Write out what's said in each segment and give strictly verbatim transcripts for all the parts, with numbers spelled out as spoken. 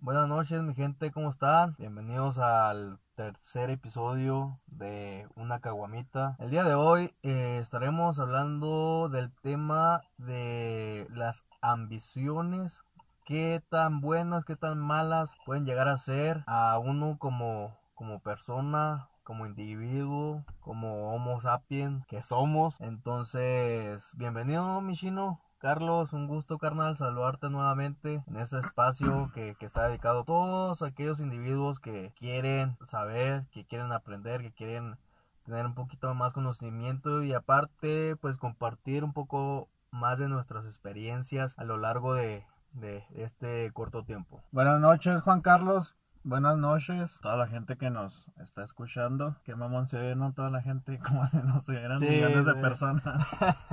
Buenas noches, mi gente, ¿cómo están? Bienvenidos al tercer episodio de Una Caguamita. El día de hoy eh, estaremos hablando del tema de las ambiciones. Qué tan buenas, qué tan malas pueden llegar a ser a uno como, como persona, como individuo, como Homo sapiens que somos. Entonces, bienvenido, mi chino. Carlos, un gusto, carnal, saludarte nuevamente en este espacio que, que está dedicado a todos aquellos individuos que quieren saber, que quieren aprender, que quieren tener un poquito más conocimiento y aparte, pues compartir un poco más de nuestras experiencias a lo largo de, de este corto tiempo. Buenas noches, Juan Carlos. Buenas noches, toda la gente que nos está escuchando. Qué mamón se ve, ¿no? Toda la gente, como si nos oyeran Sí, millones de sí. personas.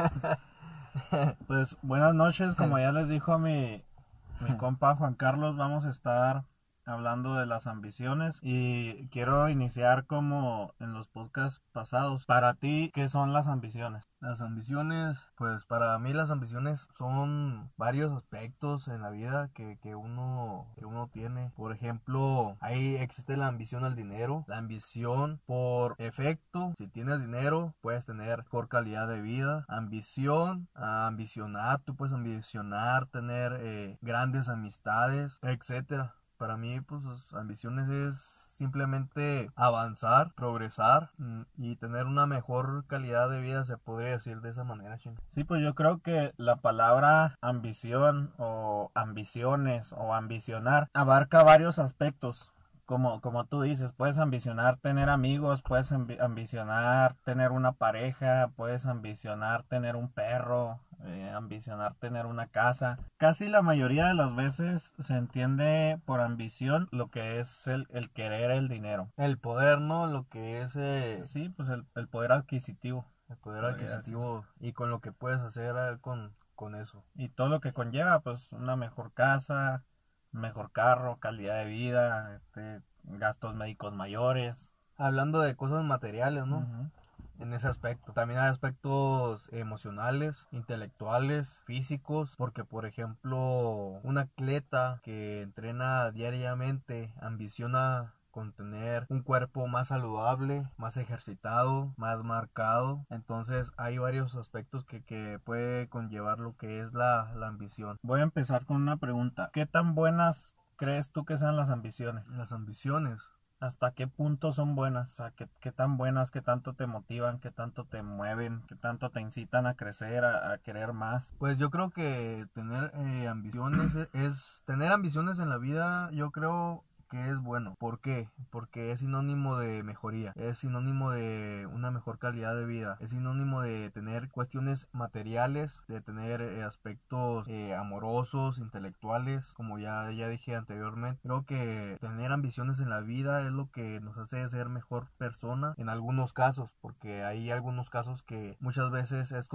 Pues buenas noches, como ya les dijo mi, mi compa Juan Carlos, vamos a estar hablando de las ambiciones y quiero iniciar como en los podcasts pasados. Para ti, ¿qué son las ambiciones? Las ambiciones, pues para mí las ambiciones son varios aspectos en la vida que, que uno que uno tiene. Por ejemplo, ahí existe la ambición al dinero, la ambición por efecto. Si tienes dinero, puedes tener mejor calidad de vida. Ambición, a ambicionar, tú puedes ambicionar tener eh, grandes amistades, etcétera. Para mí, pues, ambiciones es simplemente avanzar, progresar mm, y tener una mejor calidad de vida, se podría decir de esa manera, chino. Sí, pues yo creo que la palabra ambición o ambiciones o ambicionar abarca varios aspectos. Como, como tú dices, puedes ambicionar tener amigos, puedes ambi- ambicionar tener una pareja, puedes ambicionar tener un perro, eh, ambicionar tener una casa. Casi la mayoría de las veces se entiende por ambición lo que es el, el querer el dinero. El poder, ¿no? Lo que es eh, Sí, pues el, el poder adquisitivo. el poder Podría decirse. adquisitivo y con lo que puedes hacer eh, con, con eso. Y todo lo que conlleva, pues una mejor casa, mejor carro, calidad de vida, este, gastos médicos mayores. Hablando de cosas materiales, ¿no? Ujú. En ese aspecto. También hay aspectos emocionales, intelectuales, físicos, porque por ejemplo, un atleta que entrena diariamente ambiciona con tener un cuerpo más saludable, más ejercitado, más marcado. Entonces hay varios aspectos que, que puede conllevar lo que es la, la ambición. Voy a empezar con una pregunta. ¿Qué tan buenas crees tú que sean las ambiciones? Las ambiciones. ¿Hasta qué punto son buenas? O sea, ¿qué, qué tan buenas, qué tanto te motivan, qué tanto te mueven, qué tanto te incitan a crecer, a, a querer más? Pues yo creo que tener eh, ambiciones es, es- tener ambiciones en la vida, yo creo que es bueno. ¿Por qué? Porque es sinónimo de mejoría, es sinónimo de una mejor calidad de vida, es sinónimo de tener cuestiones materiales, de tener eh, aspectos eh, amorosos, intelectuales, como ya, ya dije anteriormente. Creo que tener ambiciones en la vida es lo que nos hace ser mejor persona en algunos casos, porque hay algunos casos que muchas veces es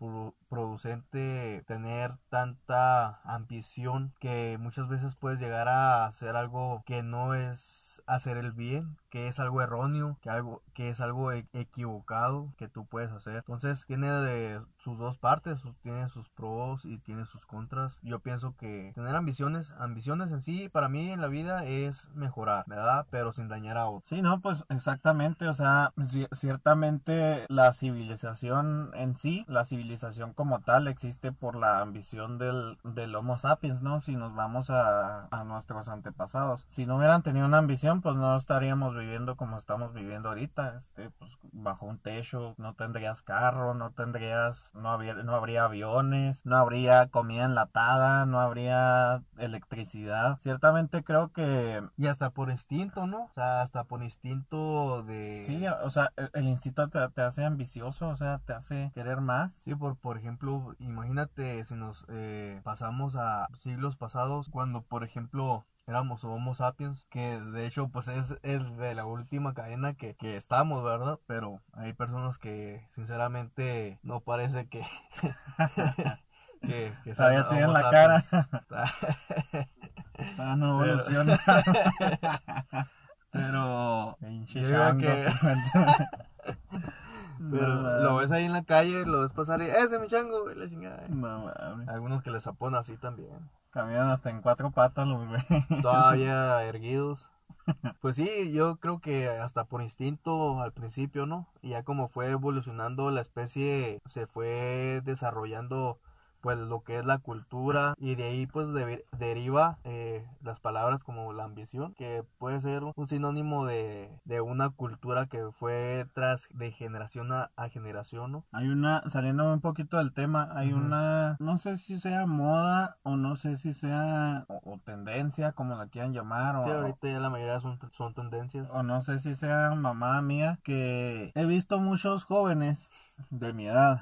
contraproducente tener tanta ambición que muchas veces puedes llegar a hacer algo que no es hacer el bien, que es algo erróneo, que algo que es algo e- equivocado que tú puedes hacer. Entonces tiene de sus dos partes, sus- tiene sus pros y tiene sus contras. Yo pienso que tener ambiciones, ambiciones en sí para mí en la vida es mejorar, ¿verdad? Pero sin dañar a otros. Sí, no, pues exactamente, o sea, ci- ciertamente la civilización en sí, la civilización como tal existe por la ambición del, del Homo sapiens, ¿no? Si nos vamos a, a nuestros antepasados. Si no hubieran tenido una ambición, pues no estaríamos viviendo como estamos viviendo ahorita, este, pues bajo un techo, no tendrías carro, no tendrías, no habría, no habría aviones, no habría comida enlatada, no habría electricidad. Ciertamente creo que Y hasta por instinto, ¿no? O sea, hasta por instinto sí, de... o sea, el, el instinto te, te hace ambicioso, o sea, te hace querer más. Sí, por, por ejemplo, imagínate si nos eh, pasamos a siglos pasados, cuando, por ejemplo, éramos Homo sapiens, que de hecho, pues es el de la última cadena que, que estamos, ¿verdad? Pero hay personas que, sinceramente, no parece que, que, que sean Todavía tienen Homo la cara, sapiens. todavía no Pero, evoluciona. Pero, pinche yo digo chango, que te cuento. Pero No lo mames. ves ahí en la calle, lo ves pasar y ese mi chango, güey, la chingada. No mames. Algunos que les aponan así también. Caminan hasta en cuatro patas los güeyes. Todavía erguidos. Pues sí, yo creo que hasta por instinto al principio, ¿no? Y ya como fue evolucionando la especie, se fue desarrollando pues lo que es la cultura y de ahí pues de- deriva eh, las palabras como la ambición, que puede ser un sinónimo de, de una cultura que fue tras de generación a, a generación, ¿no? Hay una, saliendo un poquito del tema, hay Ujú. una, no sé si sea moda o no sé si sea, o, o tendencia, como la quieran llamar, Sí, o, ahorita ya la mayoría son, son tendencias. o no sé si sea mamá mía, que he visto muchos jóvenes de mi edad,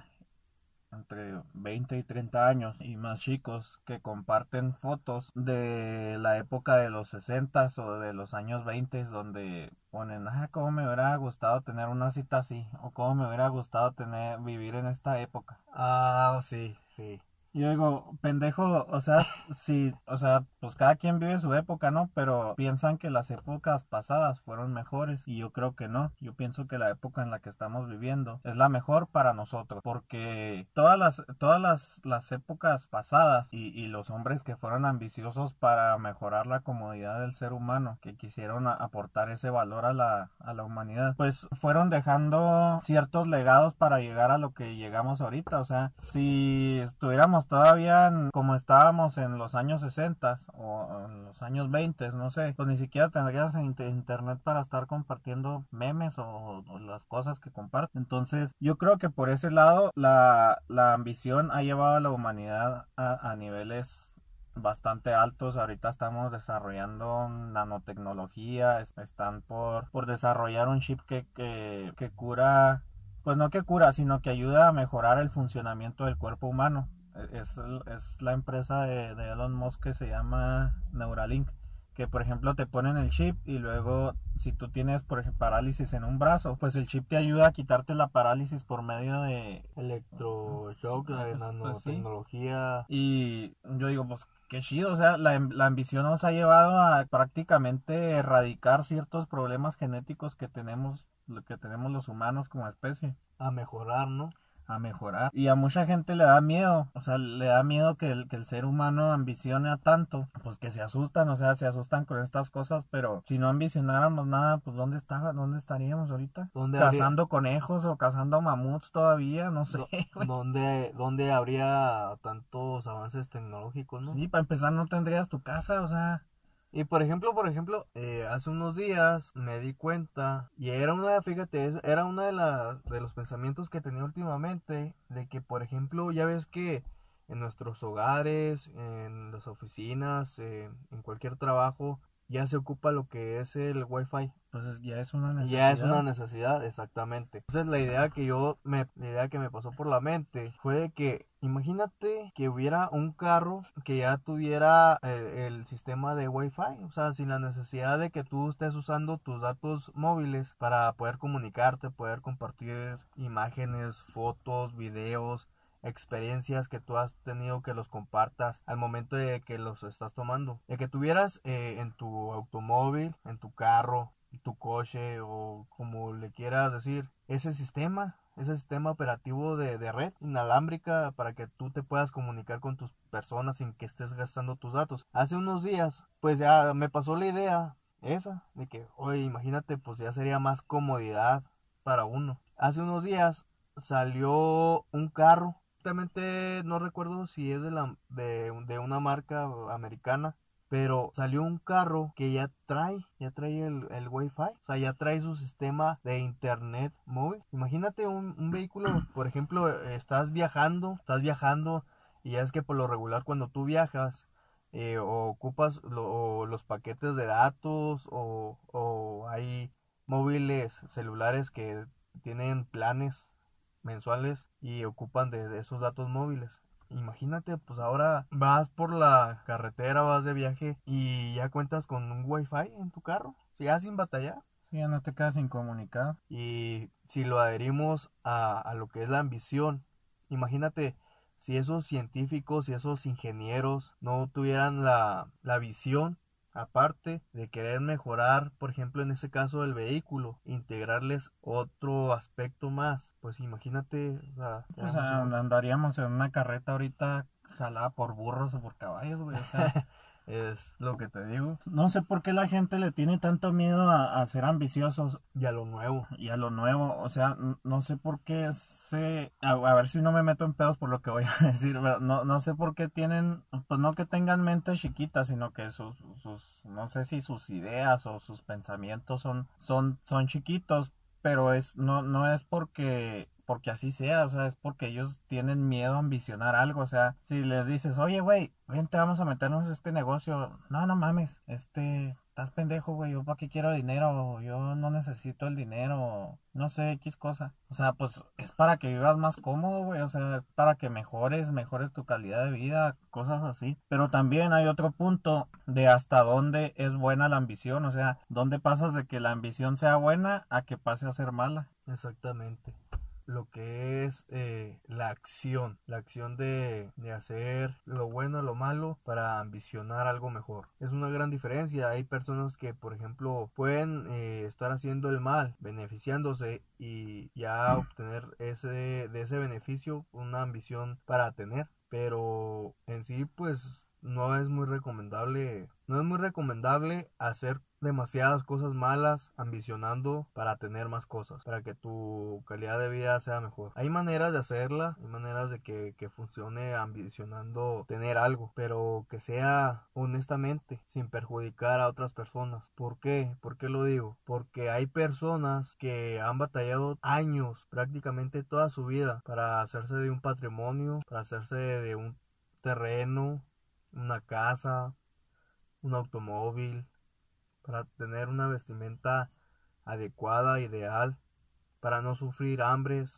entre veinte y treinta años y más chicos, que comparten fotos de la época de los sesenta o de los años veinte, donde ponen, ah, cómo me hubiera gustado tener una cita así, o cómo me hubiera gustado tener, vivir en esta época. Ah, sí, sí. Yo digo, pendejo, o sea, sí, o sea, pues cada quien vive su época, ¿no? Pero piensan que las épocas pasadas fueron mejores y yo creo que no. Yo pienso que la época en la que estamos viviendo es la mejor para nosotros, porque todas las, todas las, las épocas pasadas y, y los hombres que fueron ambiciosos para mejorar la comodidad del ser humano, que quisieron a- aportar ese valor a la, a la humanidad, pues fueron dejando ciertos legados para llegar a lo que llegamos ahorita. O sea, si estuviéramos todavía en- como estábamos en los años sesenta o en los años veinte, no sé, pues ni siquiera tendrías inter- internet para estar compartiendo memes o, o las cosas que comparten. Entonces, yo creo que por ese lado la, la ambición ha llevado a la humanidad a, a niveles bastante altos. Ahorita estamos desarrollando nanotecnología, es- están por, por desarrollar un chip que, que, que cura, pues no que cura, sino que ayuda a mejorar el funcionamiento del cuerpo humano. Es, es la empresa de, de Elon Musk que se llama Neuralink, que por ejemplo te ponen el chip y luego si tú tienes por ejemplo parálisis en un brazo, pues el chip te ayuda a quitarte la parálisis por medio de Electroshock, la pues, pues sí. nanotecnología. Y yo digo, pues qué chido, o sea, la, la ambición nos ha llevado a prácticamente erradicar ciertos problemas genéticos que tenemos, lo que tenemos los humanos como especie, A mejorar, ¿no? a mejorar. Y a mucha gente le da miedo, o sea, le da miedo que el, que el ser humano ambicione a tanto, pues que se asustan, o sea, se asustan con estas cosas, pero si no ambicionáramos nada, pues ¿dónde está, dónde estaríamos ahorita? ¿Dónde habría, Cazando conejos o cazando mamuts todavía, no sé, do- güey. dónde, dónde habría tantos avances tecnológicos, ¿no? Sí, para empezar no tendrías tu casa, o sea, Y por ejemplo, por ejemplo, eh, hace unos días me di cuenta y era una, fíjate, es- era una de las de los pensamientos que tenía últimamente de que, por ejemplo, ya ves que en nuestros hogares, en las oficinas, eh, en cualquier trabajo, ya se ocupa lo que es el Wi-Fi. pues ya es una Ya es una necesidad. necesidad, exactamente. Entonces la idea que yo me, la idea que me pasó por la mente fue de que imagínate que hubiera un carro que ya tuviera el, el sistema de Wi-Fi, o sea, sin la necesidad de que tú estés usando tus datos móviles para poder comunicarte, poder compartir imágenes, fotos, videos, experiencias que tú has tenido, que los compartas al momento de que los estás tomando. De que tuvieras eh, en tu automóvil, en tu carro, tu coche o como le quieras decir, ese sistema, ese sistema operativo de, de red inalámbrica para que tú te puedas comunicar con tus personas sin que estés gastando tus datos. Hace unos días, pues ya me pasó la idea esa, de que, oye, imagínate, pues ya sería más comodidad para uno. Hace unos días salió un carro, realmente no recuerdo si es de, la, de, de una marca americana, pero salió un carro que ya trae, ya trae el, el Wi-Fi, o sea, ya trae su sistema de internet móvil. Imagínate un, un vehículo, por ejemplo, eh, estás viajando, estás viajando y ya es que por lo regular cuando tú viajas eh, o ocupas lo- o los paquetes de datos o, o hay móviles celulares que tienen planes mensuales y ocupan de, de esos datos móviles. Imagínate, pues ahora vas por la carretera, vas de viaje y ya cuentas con un wifi en tu carro, ya sin batallar. Sí, ya no te quedas incomunicado. Y si lo adherimos a, a lo que es la ambición, imagínate si esos científicos y esos ingenieros no tuvieran la, la visión aparte de querer mejorar, por ejemplo, en ese caso el vehículo, integrarles otro aspecto más, pues imagínate, o sea, Pues tenemos ah, igual. andaríamos en una carreta ahorita jalada por burros o por caballos, güey, o sea, Es lo que te digo, no sé por qué la gente le tiene tanto miedo a, a ser ambiciosos y a lo nuevo. y a lo nuevo, o sea, n- no sé por qué se, a, a ver si no me meto en pedos por lo que voy a decir, pero no, no sé por qué tienen, pues no que tengan mentes chiquitas, sino que sus, sus, no sé si sus ideas o sus pensamientos son, son, son chiquitos, pero es, no, no es porque, porque así sea, o sea, es porque ellos tienen miedo a ambicionar algo, o sea, si les dices, oye, güey, vente, vamos a meternos a este negocio, no, no mames, este, estás pendejo, güey, yo para qué quiero dinero, yo no necesito el dinero, no sé, X cosa, o sea, pues es para que vivas más cómodo, güey, o sea, es para que mejores, mejores tu calidad de vida, cosas así, pero también hay otro punto de hasta dónde es buena la ambición, o sea, dónde pasas de que la ambición sea buena a que pase a ser mala. Exactamente. Lo que es eh, la acción, la acción de, de hacer lo bueno, lo malo para ambicionar algo mejor. Es una gran diferencia. Hay personas que, por ejemplo, pueden eh, estar haciendo el mal, beneficiándose y ya obtener ese, de ese beneficio una ambición para tener. Pero en sí, pues no es muy recomendable, no es muy recomendable hacer demasiadas cosas malas ambicionando para tener más cosas, para que tu calidad de vida sea mejor. Hay maneras de hacerla, hay maneras de que, que funcione ambicionando tener algo, pero que sea honestamente, sin perjudicar a otras personas. ¿Por qué? ¿Por qué lo digo? Porque hay personas que han batallado años, prácticamente toda su vida, para hacerse de un patrimonio, para hacerse de un terreno, una casa, un automóvil, para tener una vestimenta adecuada, ideal, para no sufrir hambres.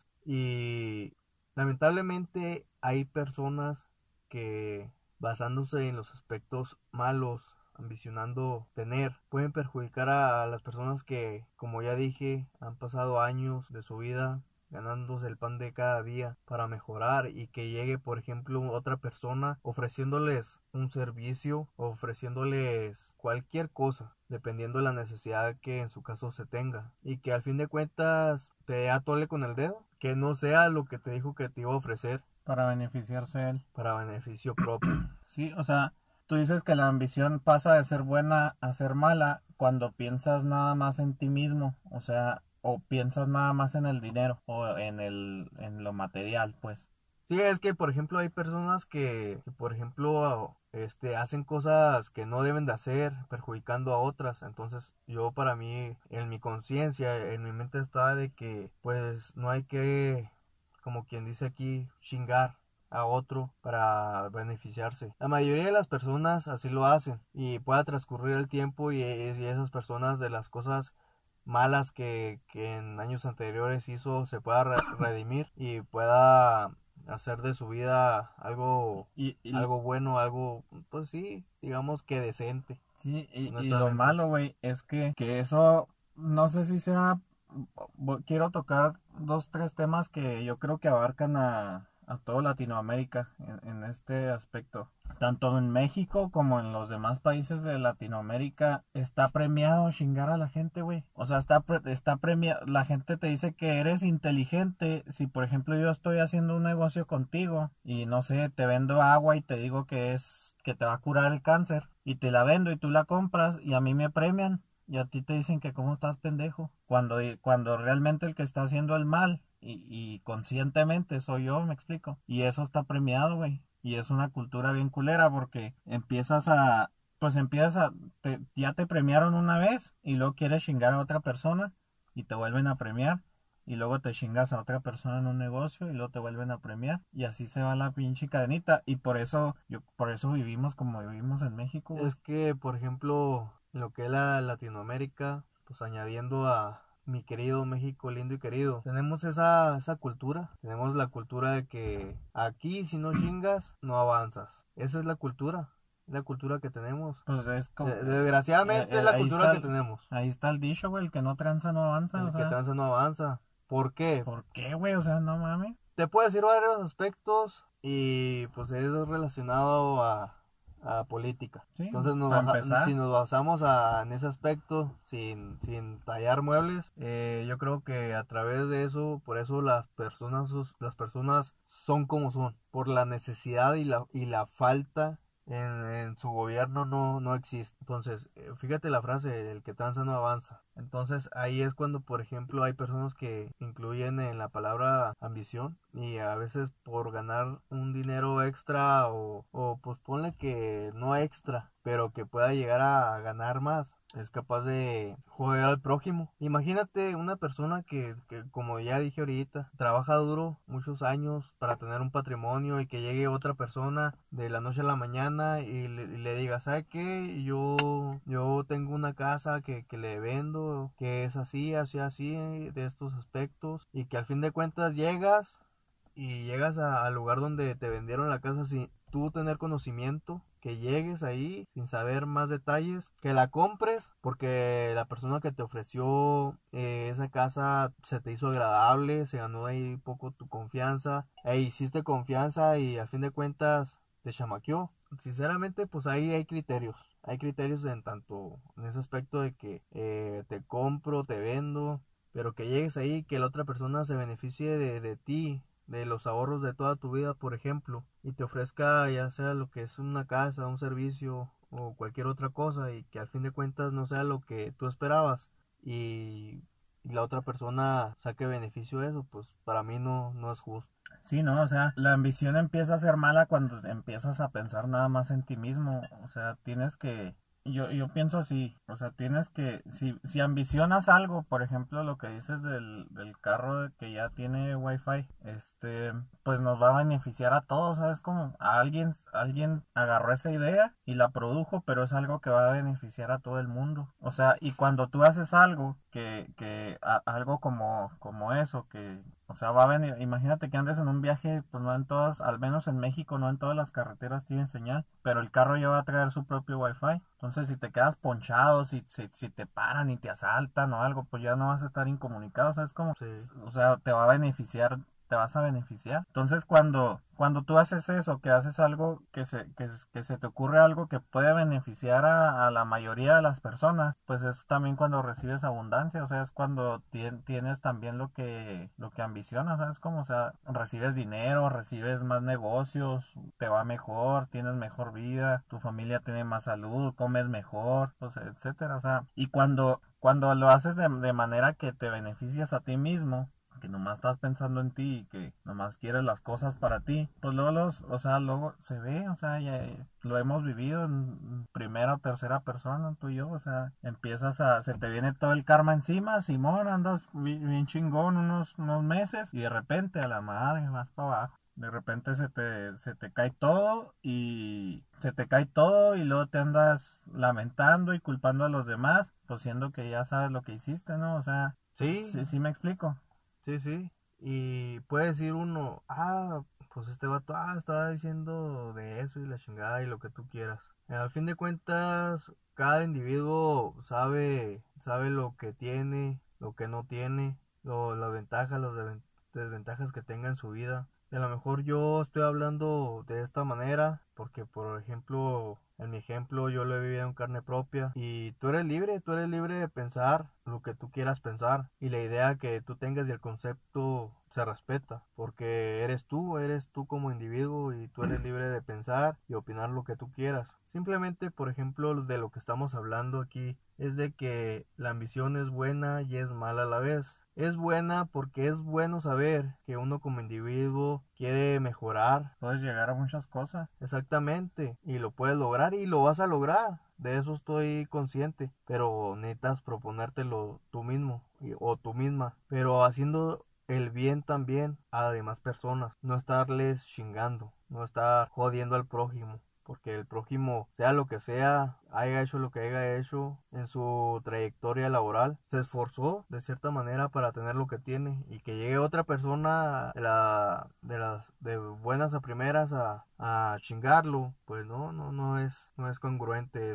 Y lamentablemente hay personas que, basándose en los aspectos malos, ambicionando tener, pueden perjudicar a las personas que, como ya dije, han pasado años de su vida ganándose el pan de cada día para mejorar, y que llegue, por ejemplo, otra persona ofreciéndoles un servicio, ofreciéndoles cualquier cosa, dependiendo de la necesidad que en su caso se tenga, y que al fin de cuentas te atole con el dedo, que no sea lo que te dijo que te iba a ofrecer Para beneficiarse él. para beneficio propio. Sí, o sea, tú dices que la ambición pasa de ser buena a ser mala cuando piensas nada más en ti mismo, o sea, o piensas nada más en el dinero o en el en lo material, pues. Sí, es que por ejemplo hay personas que, que, por ejemplo este hacen cosas que no deben de hacer, perjudicando a otras. Entonces yo, para mí, en mi conciencia, en mi mente está de que pues no hay que, como quien dice aquí, chingar a otro para beneficiarse. La mayoría de las personas así lo hacen, y pueda transcurrir el tiempo y, y esas personas, de las cosas malas que, que en años anteriores hizo, se pueda re- redimir y pueda hacer de su vida algo Y, y algo bueno, algo, pues sí, digamos que decente, sí, y, y lo honestamente. malo, güey, es que, que eso no sé si sea vo- quiero tocar dos, tres temas que yo creo que abarcan a, a toda Latinoamérica en, en este aspecto. Tanto en México como en los demás países de Latinoamérica está premiado chingar a la gente, güey. O sea, está, pre- está premiado. La gente te dice que eres inteligente. Si, por ejemplo, yo estoy haciendo un negocio contigo y no sé, te vendo agua y te digo que es que te va a curar el cáncer y te la vendo y tú la compras y a mí me premian. Y a ti te dicen que cómo estás pendejo. Cuando, cuando realmente el que está haciendo el mal y, y conscientemente soy yo, me explico. Y eso está premiado, güey. Y es una cultura bien culera porque empiezas a, pues empiezas a, te- ya te premiaron una vez y luego quieres chingar a otra persona y te vuelven a premiar. Y luego te chingas a otra persona en un negocio y luego te vuelven a premiar. Y así se va la pinche cadenita. Y por eso, yo, por eso vivimos como vivimos en México, güey. Es que, por ejemplo, en lo que es la Latinoamérica, pues añadiendo a mi querido México lindo y querido, tenemos esa, esa cultura, tenemos la cultura de que aquí si no chingas, no avanzas. Esa es la cultura, la cultura que tenemos. Pues es como, De- eh, eh, desgraciadamente es eh, la ahí cultura está que el, tenemos. ahí está el dicho, güey, el que no tranza no avanza, o El que sea, tranza no avanza. ¿Por qué? ¿por qué, güey? O sea, no mames. Te puedo decir varios aspectos, y pues es relacionado a, a política. Sí, Entonces nos para basa- empezar. si nos basamos a, en ese aspecto, sin, sin tallar muebles, eh, yo creo que a través de eso, por eso las personas, sus- las personas son como son, por la necesidad y la, y la falta en, en su gobierno no, no existe. Entonces, eh, fíjate la frase, el que tranza no avanza. Entonces ahí es cuando, por ejemplo, hay personas que incluyen en la palabra ambición y a veces por ganar un dinero extra o, o pues ponle que no extra, pero que pueda llegar a ganar más, es capaz de joder al prójimo. Imagínate una persona que, que, como ya dije ahorita, trabaja duro muchos años para tener un patrimonio y que llegue otra persona de la noche a la mañana y le, y le diga, ¿sabe qué? Yo, yo tengo una casa que, que le vendo, que es así, así, así, de estos aspectos, y que al fin de cuentas llegas y llegas a- al lugar donde te vendieron la casa sin tú tener conocimiento, que llegues ahí sin saber más detalles, que la compres porque la persona que te ofreció eh, esa casa se te hizo agradable, se ganó ahí un poco tu confianza, e hiciste confianza y al fin de cuentas te chamaqueó. Sinceramente, pues ahí hay criterios. Hay criterios en tanto en ese aspecto de que eh, te compro, te vendo, pero que llegues ahí, que la otra persona se beneficie de, de ti, de los ahorros de toda tu vida, por ejemplo, y te ofrezca ya sea lo que es una casa, un servicio o cualquier otra cosa y que al fin de cuentas no sea lo que tú esperabas y, y la otra persona saque beneficio de eso, pues para mí no, no es justo. Sí, no, o sea, la ambición empieza a ser mala cuando empiezas a pensar nada más en ti mismo. O sea, tienes que, yo, yo pienso así, o sea, tienes que, si, si ambicionas algo, por ejemplo, lo que dices del, del carro que ya tiene wifi, este, pues nos va a beneficiar a todos, ¿sabes? Como a alguien, alguien agarró esa idea y la produjo, pero es algo que va a beneficiar a todo el mundo. O sea, y cuando tú haces algo que, que a- algo como, como eso, que, o sea, va a venir, imagínate que andes en un viaje, pues no en todas, al menos en México, no en todas las carreteras tienen señal, pero el carro ya va a traer su propio wifi. Entonces, si te quedas ponchado, si, si, si te paran y te asaltan o algo, pues ya no vas a estar incomunicado, ¿sabes cómo? Sí, O sea, te va a beneficiar, te vas a beneficiar. Entonces, cuando, cuando tú haces eso, que haces algo, que se, que, que se te ocurre algo que puede beneficiar a, a la mayoría de las personas, pues es también cuando recibes abundancia, o sea, es cuando tien- tienes también lo que, lo que ambicionas, ¿sabes cómo? O sea, recibes dinero, recibes más negocios, te va mejor, tienes mejor vida, tu familia tiene más salud, comes mejor, o sea, etcétera, o sea, y cuando, cuando lo haces de, de manera que te beneficias a ti mismo, que nomás estás pensando en ti y que nomás quieres las cosas para ti, pues luego los, o sea, luego se ve, o sea, ya lo hemos vivido en primera o tercera persona, tú y yo, o sea, empiezas a, se te viene todo el karma encima, Simón, andas bien, bien chingón unos, unos meses y de repente a la madre vas para abajo. De repente se te, se te cae todo y se te cae todo y luego te andas lamentando y culpando a los demás, pues siendo que ya sabes lo que hiciste, ¿no? O sea, sí, sí, sí me explico. sí, sí. Y puede decir uno, ah, pues este vato, ah, estaba diciendo de eso y la chingada y lo que tú quieras. Al fin de cuentas, cada individuo sabe, sabe lo que tiene, lo que no tiene, lo, las ventajas, las desven- desventajas que tenga en su vida. Y a lo mejor yo estoy hablando de esta manera porque, por ejemplo, en mi ejemplo yo lo he vivido en carne propia y tú eres libre, tú eres libre de pensar lo que tú quieras pensar y la idea que tú tengas y el concepto se respeta porque eres tú, eres tú como individuo y tú eres libre de pensar y opinar lo que tú quieras. Simplemente, por ejemplo, de lo que estamos hablando aquí es de que la ambición es buena y es mala a la vez. Es buena porque es bueno saber que uno como individuo quiere mejorar. Puedes llegar a muchas cosas. Exactamente, y lo puedes lograr y lo vas a lograr. De eso estoy consciente, pero necesitas proponértelo tú mismo y- o tú misma, pero haciendo el bien también a demás personas, no estarles chingando, no estar jodiendo al prójimo. Porque el prójimo, sea lo que sea, haya hecho lo que haya hecho en su trayectoria laboral, se esforzó de cierta manera para tener lo que tiene y que llegue otra persona de, la, de las de buenas a primeras a, a chingarlo, pues no, no, no es, no es congruente eso.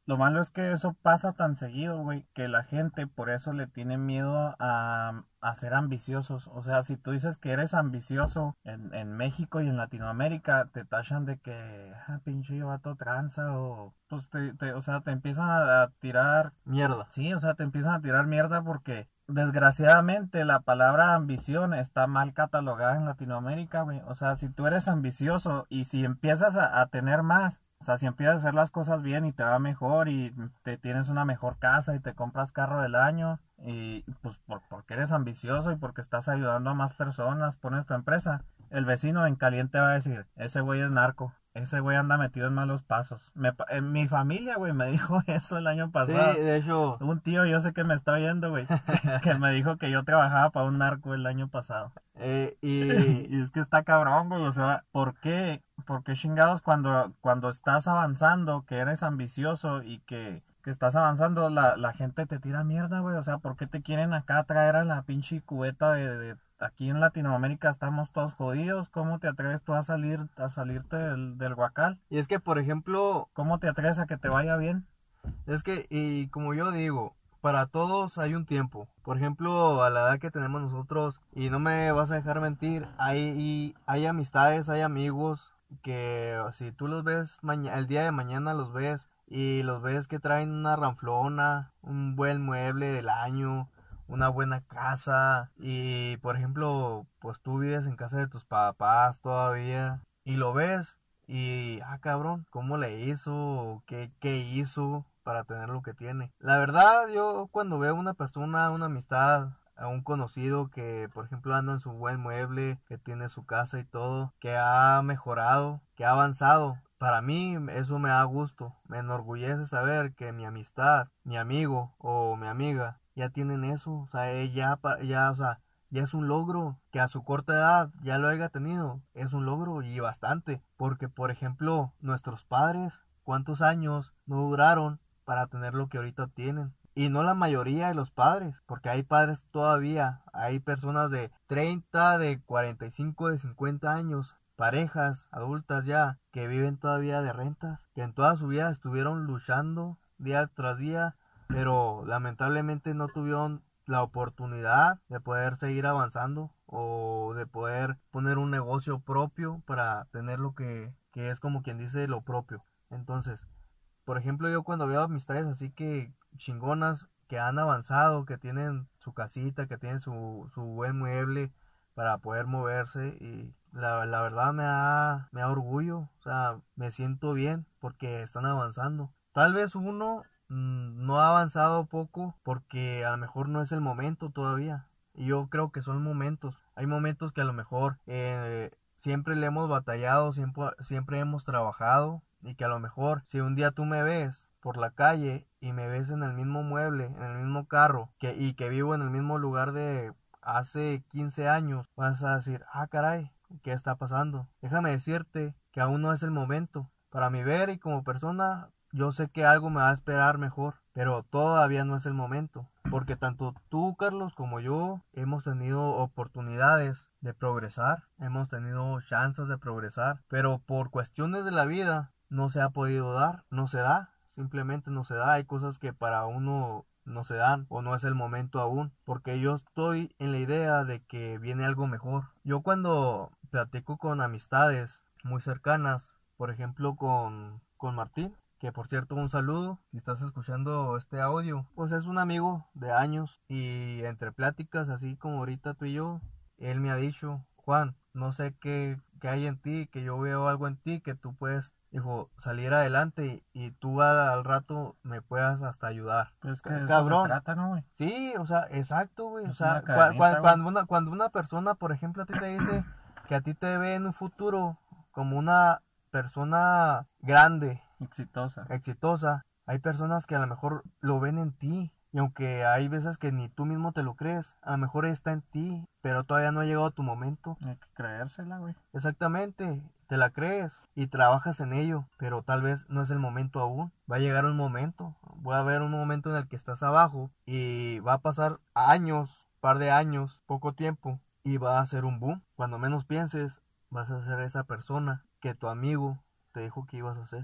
Lo malo es que eso pasa tan seguido, güey, que la gente por eso le tiene miedo a, a ser ambiciosos. O sea, si tú dices que eres ambicioso en, en México y en Latinoamérica, te tachan de que, ah, pinche vato tranza, o pues te, te- o sea, te empiezan a, a tirar, Mierda. sí, o sea, te empiezan a tirar mierda porque desgraciadamente la palabra ambición está mal catalogada en Latinoamérica, güey. O sea, si tú eres ambicioso y si empiezas a, a tener más, o sea, si empiezas a hacer las cosas bien y te va mejor y te tienes una mejor casa y te compras carro del año y pues por, porque eres ambicioso y porque estás ayudando a más personas, pones tu empresa, el vecino en caliente va a decir, ese güey es narco, ese güey anda metido en malos pasos. Me, pa- en mi familia, güey, me dijo eso el año Sí, pasado. de hecho, Un tío, yo sé que me está oyendo, güey, que me dijo que yo trabajaba para un narco el año pasado. eh, y Y es que está cabrón, güey, o sea, ¿por qué? ¿Por qué chingados cuando, cuando estás avanzando, que eres ambicioso y que, que estás avanzando, la, la gente te tira mierda, güey? O sea, ¿por qué te quieren acá traer a la pinche cubeta de, de- aquí en Latinoamérica estamos todos jodidos? ¿Cómo te atreves tú a salir, a salirte del, del guacal? y es que, por ejemplo, ¿Cómo te atreves a que te vaya bien? es que, y como yo digo, para todos hay un tiempo. Por ejemplo, a la edad que tenemos nosotros, y no me vas a dejar mentir, hay, hay amistades, hay amigos que si tú los ves maña- el día de mañana los ves y los ves que traen una ranflona, un buen mueble del año, una buena casa y por ejemplo, pues tú vives en casa de tus papás todavía y lo ves y, ah, cabrón, ¿cómo le hizo? ¿Qué, qué hizo para tener lo que tiene? La verdad, yo cuando veo a una persona, una amistad, a un conocido que, por ejemplo, anda en su buen mueble, que tiene su casa y todo, que ha mejorado, que ha avanzado, para mí eso me da gusto. Me enorgullece saber que mi amistad, mi amigo o mi amiga ya tienen eso. O sea, eh, ya, pa- ya, o sea, ya es un logro que a su corta edad ya lo haya tenido. Es un logro y bastante. Porque, por ejemplo, nuestros padres, ¿cuántos años no duraron para tener lo que ahorita tienen? Y no la mayoría de los padres, porque hay padres todavía, hay personas de treinta, de cuarenta y cinco, de cincuenta años, parejas adultas ya, que viven todavía de rentas, que en toda su vida estuvieron luchando día tras día, pero lamentablemente no tuvieron la oportunidad de poder seguir avanzando o de poder poner un negocio propio para tener lo que, que es como quien dice lo propio. Entonces, por ejemplo, yo cuando veo amistades así que chingonas, que han avanzado, que tienen su casita, que tienen su, su buen mueble para poder moverse y la, la verdad me da, me da orgullo, o sea, me siento bien porque están avanzando. Tal vez uno mm, no ha avanzado poco porque a lo mejor no es el momento todavía. Y yo creo que son momentos. Hay momentos que a lo mejor eh, siempre le hemos batallado, siempre, siempre hemos trabajado y que a lo mejor si un día tú me ves por la calle y me ves en el mismo mueble, en el mismo carro que, y que vivo en el mismo lugar de hace quince años, vas a decir, ah, caray, ¿qué está pasando? Déjame decirte que aún no es el momento. Para mi ver y como persona, yo sé que algo me va a esperar mejor, pero todavía no es el momento. Porque tanto tú, Carlos, como yo hemos tenido oportunidades de progresar, hemos tenido chances de progresar, pero por cuestiones de la vida no se ha podido dar, no se da, simplemente no se da. Hay cosas que para uno no se dan o no es el momento aún, porque yo estoy en la idea de que viene algo mejor. Yo cuando platico con amistades muy cercanas, por ejemplo con, con Martín, que por cierto un saludo si estás escuchando este audio, pues es un amigo de años y entre pláticas así como ahorita tú y yo, él me ha dicho, Juan, no sé qué, qué hay en ti, que yo veo algo en ti que tú puedes, dijo, salir adelante y, y tú a- al rato me puedas hasta ayudar. Pues que Ca- de eso se Cabrón. trata, ¿no, güey? Sí, o sea, exacto, güey. O Es sea, una cua- cua- cadenita, güey. cuando una, cuando una persona, por ejemplo, a ti te dice que a ti te ve en un futuro como una persona grande, Exitosa. exitosa, hay personas que a lo mejor lo ven en ti. Y aunque hay veces que ni tú mismo te lo crees, a lo mejor está en ti, pero todavía no ha llegado tu momento. Hay que creérsela, güey. Exactamente, te la crees y trabajas en ello, pero tal vez no es el momento aún. Va a llegar un momento, va a haber un momento en el que estás abajo y va a pasar años, par de años, poco tiempo, y va a ser un boom. Cuando menos pienses, vas a ser esa persona que tu amigo te dijo que ibas a ser.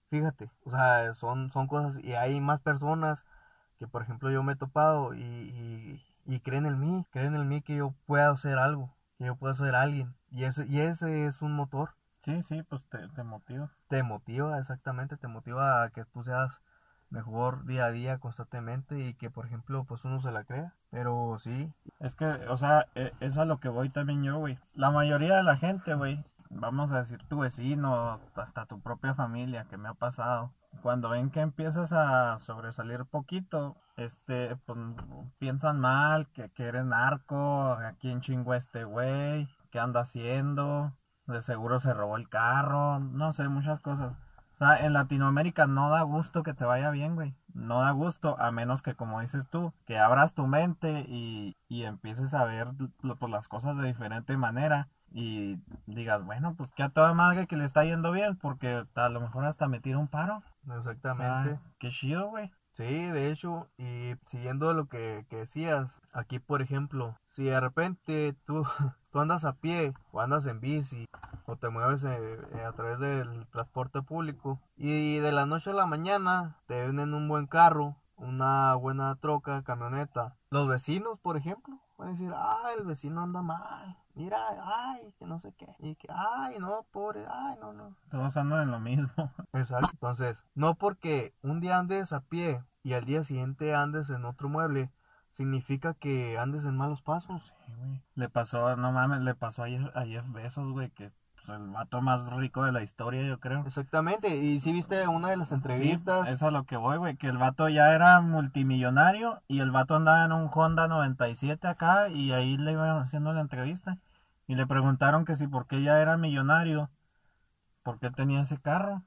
Fíjate, o sea, son, son cosas, y hay más personas que, por ejemplo, yo me he topado y, y, y creen en mí, creen en mí que yo pueda hacer algo, que yo pueda ser alguien, y ese, y ese es un motor. Sí, sí, pues te, te motiva. Te motiva, exactamente, te motiva a que tú seas mejor día a día constantemente y que, por ejemplo, pues uno se la crea, pero sí, Es que, o sea, e- es a lo que voy también yo, güey. La mayoría de la gente, güey, vamos a decir tu vecino, hasta tu propia familia, que me ha pasado. Cuando ven que empiezas a sobresalir poquito, este, pues piensan mal, que, que eres narco, a quién chingó este güey, qué anda haciendo, de seguro se robó el carro, no sé, muchas cosas. O sea, en Latinoamérica no da gusto que te vaya bien, güey. No da gusto, a menos que, como dices tú, que abras tu mente y, y empieces a ver lo- pues, las cosas de diferente manera y digas, bueno, pues que a toda madre que le está yendo bien, porque a lo mejor hasta me tira un paro. O sea, exactamente. qué chido, güey. Sí, de hecho, y siguiendo lo que, que decías, aquí por ejemplo, si de repente tú, tú andas a pie o andas en bici o te mueves eh, eh, a través del transporte público y de la noche a la mañana te venden un buen carro, una buena troca, camioneta, los vecinos, por ejemplo, van a decir, ay, el vecino anda mal, mira, ay, que no sé qué, y que, ay, no, pobre, ay, no, no. Todos andan en lo mismo. Exacto. Entonces, no porque un día andes a pie y al día siguiente andes en otro mueble, significa que andes en malos pasos. Sí, güey. Le pasó, no mames, le pasó a Jeff, a Jeff Bezos, güey, que es el vato más rico de la historia, yo creo. Exactamente. Y si viste una de las Sí, entrevistas, es a lo que voy, güey, que el vato ya era multimillonario y el vato andaba en un Honda noventa y siete acá y ahí le iban haciendo la entrevista y le preguntaron que si por qué ya era millonario, por qué tenía ese carro,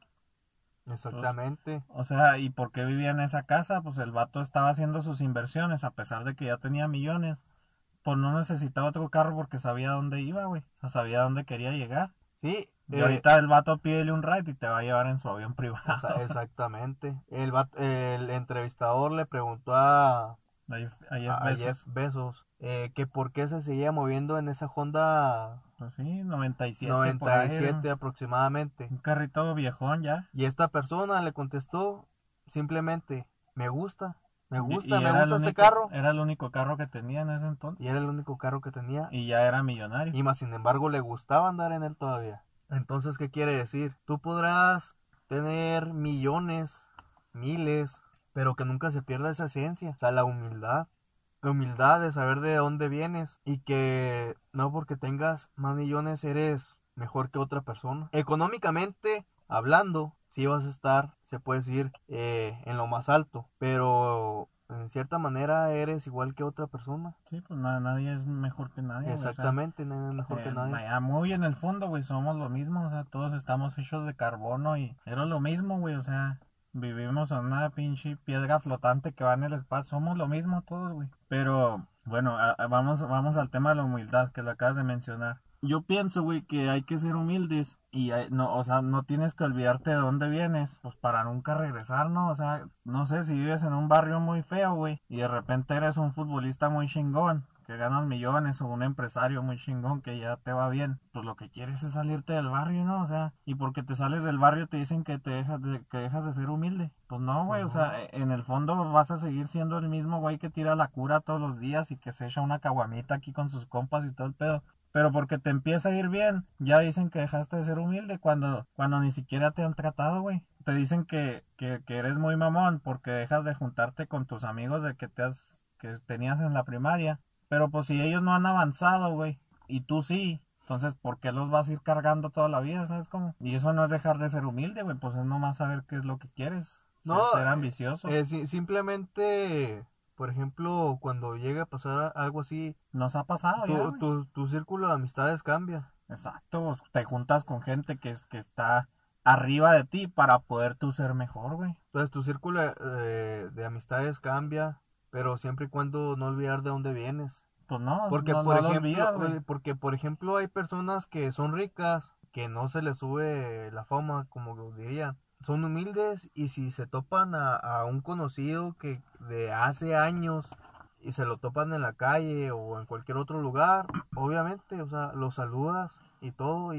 pues, exactamente. o sea, y por qué vivía en esa casa, pues el vato estaba haciendo sus inversiones a pesar de que ya tenía millones, pues no necesitaba otro carro porque sabía dónde iba, güey, o sea, sabía dónde quería llegar. Sí, Y eh, ahorita el vato pídele un ride y te va a llevar en su avión esa- privado. exactamente. El, vato- el entrevistador le preguntó a, A Jeff, a Jeff a Jeff Bezos. Bezos eh, que por qué se seguía moviendo en esa Honda Pues sí, noventa y siete por noventa y ahí, siete un, aproximadamente. un carrito viejón ya. Y esta persona le contestó simplemente, me gusta, me Y, gusta, y me era el gusta este único, carro. era el único carro que tenía en ese entonces. Y era el único carro que tenía. Y ya era millonario. Y más sin embargo le gustaba andar en él todavía. Entonces, ¿qué quiere decir? Tú podrás tener millones, miles, pero que nunca se pierda esa esencia. O sea, la humildad. La humildad de saber de dónde vienes y que no porque tengas más millones eres mejor que otra persona. Económicamente hablando, sí vas a estar, se puede decir, eh, en lo más alto, pero en cierta manera eres igual que otra persona. Sí, pues nada, nadie es mejor que nadie, güey. O sea, Exactamente, nadie es mejor que eh, nadie. allá muy en el fondo, güey, somos lo mismo. O sea, todos estamos hechos de carbono y era lo mismo, güey. O sea, vivimos en una pinche piedra flotante que va en el espacio. Somos lo mismo todos, güey. Pero, bueno, a- a- vamos, vamos al tema de la humildad que lo acabas de mencionar. Yo pienso, güey, que hay que ser humildes y hay- no, o sea, no tienes que olvidarte de dónde vienes, pues para nunca regresar, ¿no? O sea, no sé si vives en un barrio muy feo, güey, y de repente eres un futbolista muy chingón, que ganas millones o un empresario muy chingón que ya te va bien, pues lo que quieres es salirte del barrio, ¿no? O sea, y porque te sales del barrio te dicen que te dejas de, que dejas de ser humilde. Pues no, güey, o Pues no. sea, e- en el fondo vas a seguir siendo el mismo güey que tira la cura todos los días y que se echa una caguamita aquí con sus compas y todo el pedo. Pero porque te empieza a ir bien, ya dicen que dejaste de ser humilde cuando, cuando ni siquiera te han tratado, güey. Te dicen que, que, que eres muy mamón porque dejas de juntarte con tus amigos de que te has, que tenías en la primaria. Pero pues si ellos no han avanzado, güey, y tú sí, entonces ¿por qué los vas a ir cargando toda la vida, sabes cómo? Y eso no es dejar de ser humilde, güey, pues es nomás saber qué es lo que quieres, ser, No, ser eh, ambicioso. eh, si- simplemente, por ejemplo, cuando llega a pasar algo así, Nos ha pasado ya, tu, güey. tu, tu círculo de amistades cambia. Exacto, pues, te juntas con gente que, es, que está arriba de ti para poder tú ser mejor, güey. Entonces tu círculo eh, de amistades cambia, pero siempre y cuando no olvidar de dónde vienes. Pues no, Porque no, por no lo ejemplo, olvidas, güey. eh, porque por ejemplo hay personas que son ricas, que no se les sube la fama, como dirían. Son humildes y si se topan a, a un conocido que de hace años y se lo topan en la calle o en cualquier otro lugar, obviamente, o sea, lo saludas y todo y,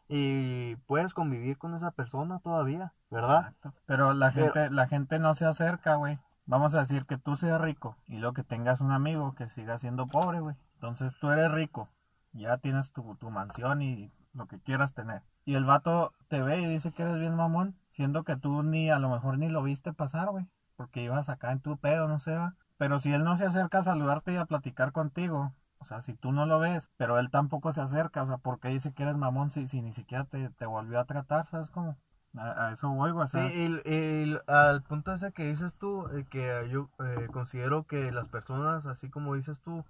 y puedes convivir con esa persona todavía, ¿verdad? Exacto. Pero la Pero, gente, la gente no se acerca, güey. Vamos a decir que tú seas rico y luego que tengas un amigo que siga siendo pobre, güey. Entonces tú eres rico, ya tienes tu, tu mansión y lo que quieras tener. Y el vato te ve y dice que eres bien mamón, siendo que tú ni a lo mejor ni lo viste pasar, güey. Porque ibas acá en tu pedo, no sé, va. Pero si él no se acerca a saludarte y a platicar contigo, o sea, si tú no lo ves, pero él tampoco se acerca, o sea, ¿por qué dice que eres mamón si, si ni siquiera te, te volvió a tratar, ¿sabes cómo? A, a eso voy, güey, o sí, sea, el, el- al punto ese que dices tú, eh, que yo eh, considero que las personas, así como dices tú,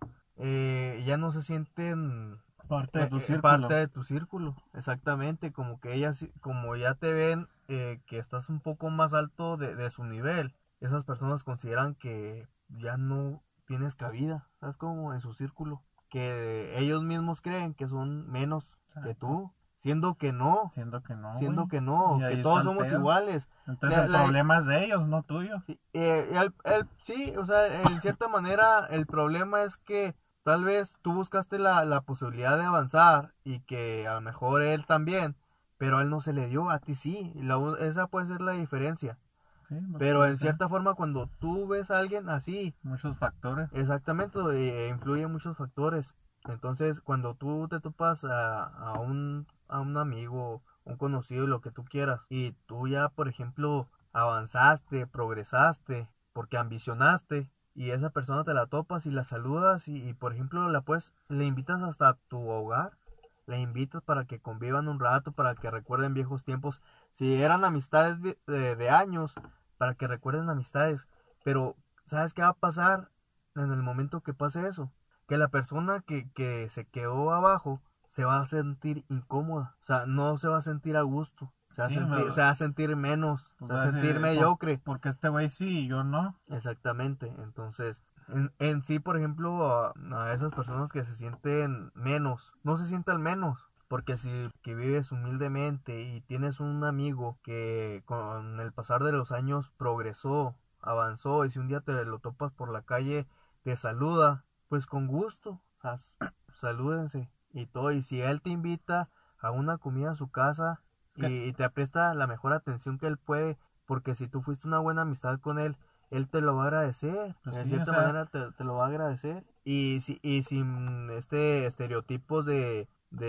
eh, ya no se sienten parte de eh, tu eh, parte círculo. de tu círculo, exactamente, como que ellas, sí- como ya te ven eh, que estás un poco más alto de, de su nivel, esas personas consideran que ya no tienes cabida, ¿sabes? Como en su círculo, que ellos mismos creen que son menos que Exacto. tú, siendo que no, Siendo que no, siendo güey. que Y no, que ahí está todos el somos pedo. iguales. Entonces La, el la, problema es de ellos, no tuyo. sí, eh, el- el- sí, o sea, en cierta manera el problema es que tal vez tú buscaste la, la posibilidad de avanzar y que a lo mejor él también, pero a él no se le dio, a ti sí, y la u- esa puede ser la diferencia. Sí, pues Pero puede en ser. cierta forma cuando tú ves a alguien así, Muchos factores. exactamente, eh, influyen muchos factores. Entonces, cuando tú te topas a, a un, a un amigo, un conocido, lo que tú quieras, y tú ya, por ejemplo, avanzaste, progresaste, porque ambicionaste, y esa persona te la topas y la saludas, y, y, por ejemplo, la puedes, le invitas hasta tu hogar, le invitas para que convivan un rato, para que recuerden viejos tiempos, si eran amistades vi- de, de años, para que recuerden amistades, pero ¿sabes qué va a pasar en el momento que pase eso? Que la persona que, que se quedó abajo se va a sentir incómoda, o sea, no se va a sentir a gusto, se va a Sí, sentir, se me- va a sentir menos, pues se va va a a decir, sentir eh, por, mediocre. porque este güey sí y yo no. Exactamente, entonces, en, en sí, por ejemplo, a, a esas personas que se sienten menos, no se sientan menos, porque si que vives humildemente y tienes un amigo que con el pasar de los años progresó, avanzó, y si un día te lo topas por la calle, te saluda, pues con gusto, o sea, s- salúdense y todo, y si él te invita a una comida a su casa Es que, y, y te presta la mejor atención que él puede, porque si tú fuiste una buena amistad con él, él te lo va a agradecer, pues de sí, o cierta sea, manera te, te lo va a agradecer. Y, si, y sin este estereotipos de,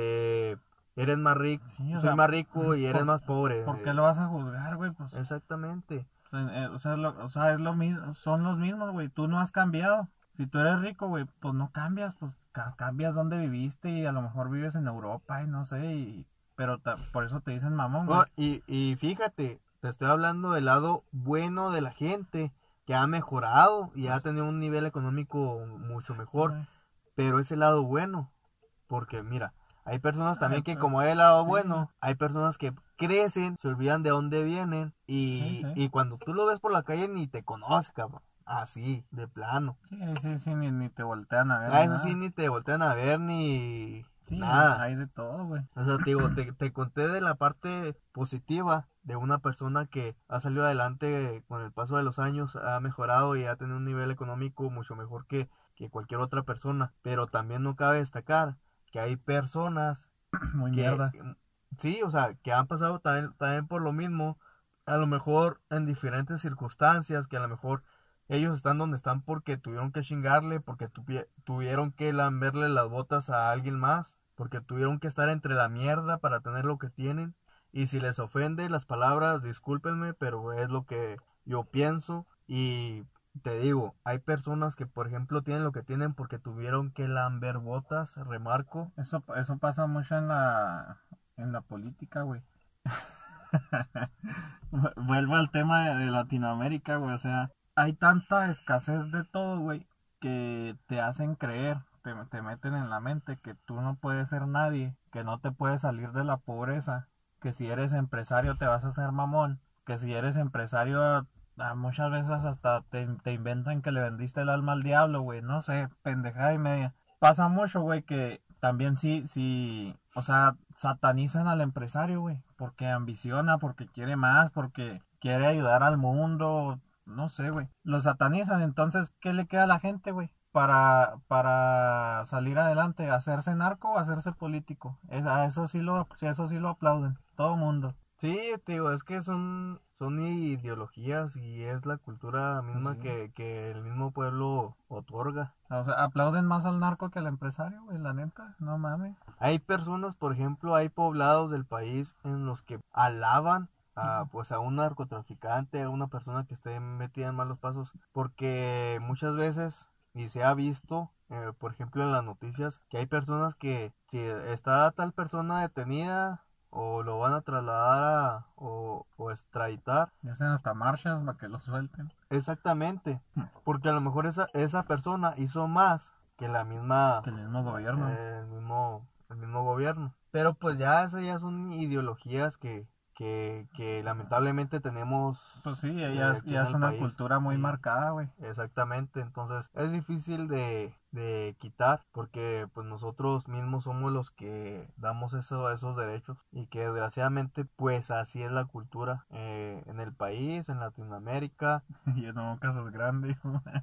de eres más rico, sí, o soy sea, más rico y eres ¿por, más pobre. ¿por qué eh, lo vas a juzgar, güey? Pues, exactamente, eh, eh, o sea, lo- o sea, es lo mismo, son los mismos, güey. Tú no has cambiado. Si tú eres rico, güey, pues no cambias, pues ca- cambias donde viviste y a lo mejor vives en Europa y no sé, y, pero ta- por eso te dicen mamón, oh, güey. y, y fíjate, te estoy hablando del lado bueno de la gente que ha mejorado y ha tenido un nivel económico mucho Exacto, mejor, güey. pero ese lado bueno. Porque mira, hay personas Ay, también que pues, como el lado sí, güey. bueno, hay personas que crecen, se olvidan de dónde vienen Sí, y, sí. y cuando tú lo ves por la calle ni te conoce, cabrón. Así, de plano. Sí, sí, sí, ni, ni te voltean a ver Ah, ni eso sí, nada. ni te voltean a ver ni Sí, hay, nada. hay de todo, güey. O sea, te digo, te, te conté de la parte positiva de una persona que ha salido adelante con el paso de los años, ha mejorado y ha tenido un nivel económico mucho mejor que, que cualquier otra persona. Pero también no cabe destacar que hay personas Muy que mierdas. mm, sí, o sea, que han pasado también, también por lo mismo, a lo mejor en diferentes circunstancias, que a lo mejor ellos están donde están porque tuvieron que chingarle, porque tuvi- tuvieron que lamberle las botas a alguien más, porque tuvieron que estar entre la mierda para tener lo que tienen. Y si les ofende las palabras, discúlpenme, pero es lo que yo pienso. Y te digo, hay personas que, por ejemplo, tienen lo que tienen porque tuvieron que lamber botas, remarco. Eso, eso pasa mucho en la, en la política, güey. Vuelvo al tema de, de Latinoamérica, güey. O sea, hay tanta escasez de todo, güey, que te hacen creer, te, te meten en la mente que tú no puedes ser nadie, que no te puedes salir de la pobreza, que si eres empresario te vas a hacer mamón, que si eres empresario ah, muchas veces hasta te, te inventan que le vendiste el alma al diablo, güey. No sé, pendejada y media. Pasa mucho, güey, que también sí, sí, o sea, satanizan al empresario, güey, porque ambiciona, porque quiere más, porque quiere ayudar al mundo, no sé, güey. Lo satanizan, entonces, ¿qué le queda a la gente, güey? para, para salir adelante, hacerse narco o hacerse político. Es, a eso sí lo, sí, eso sí lo aplauden, todo mundo. Sí, te digo, es que son, son ideologías y es la cultura misma Sí. que, que el mismo pueblo otorga. O sea, aplauden más al narco que al empresario, güey, la neta, no mames. Hay personas, por ejemplo, hay poblados del país en los que alaban a, pues, a un narcotraficante, a una persona que esté metida en malos pasos, porque muchas veces, y se ha visto, eh, por ejemplo, en las noticias, que hay personas que si está tal persona detenida o lo van a trasladar a, o, o extraditar, Ya hacen hasta marchas para que lo suelten. exactamente, porque a lo mejor esa, esa persona hizo más que la misma, Que el mismo gobierno. eh, el mismo, el mismo gobierno. Pero pues ya eso ya son ideologías que, que, que lamentablemente tenemos Pues sí, eh, ya es, aquí ya en es el una país. cultura muy Y marcada, güey. exactamente, entonces es difícil de, de quitar porque pues nosotros mismos somos los que damos eso, esos derechos y que desgraciadamente pues así es la cultura eh, en el país, en Latinoamérica. Y no, casas grandes.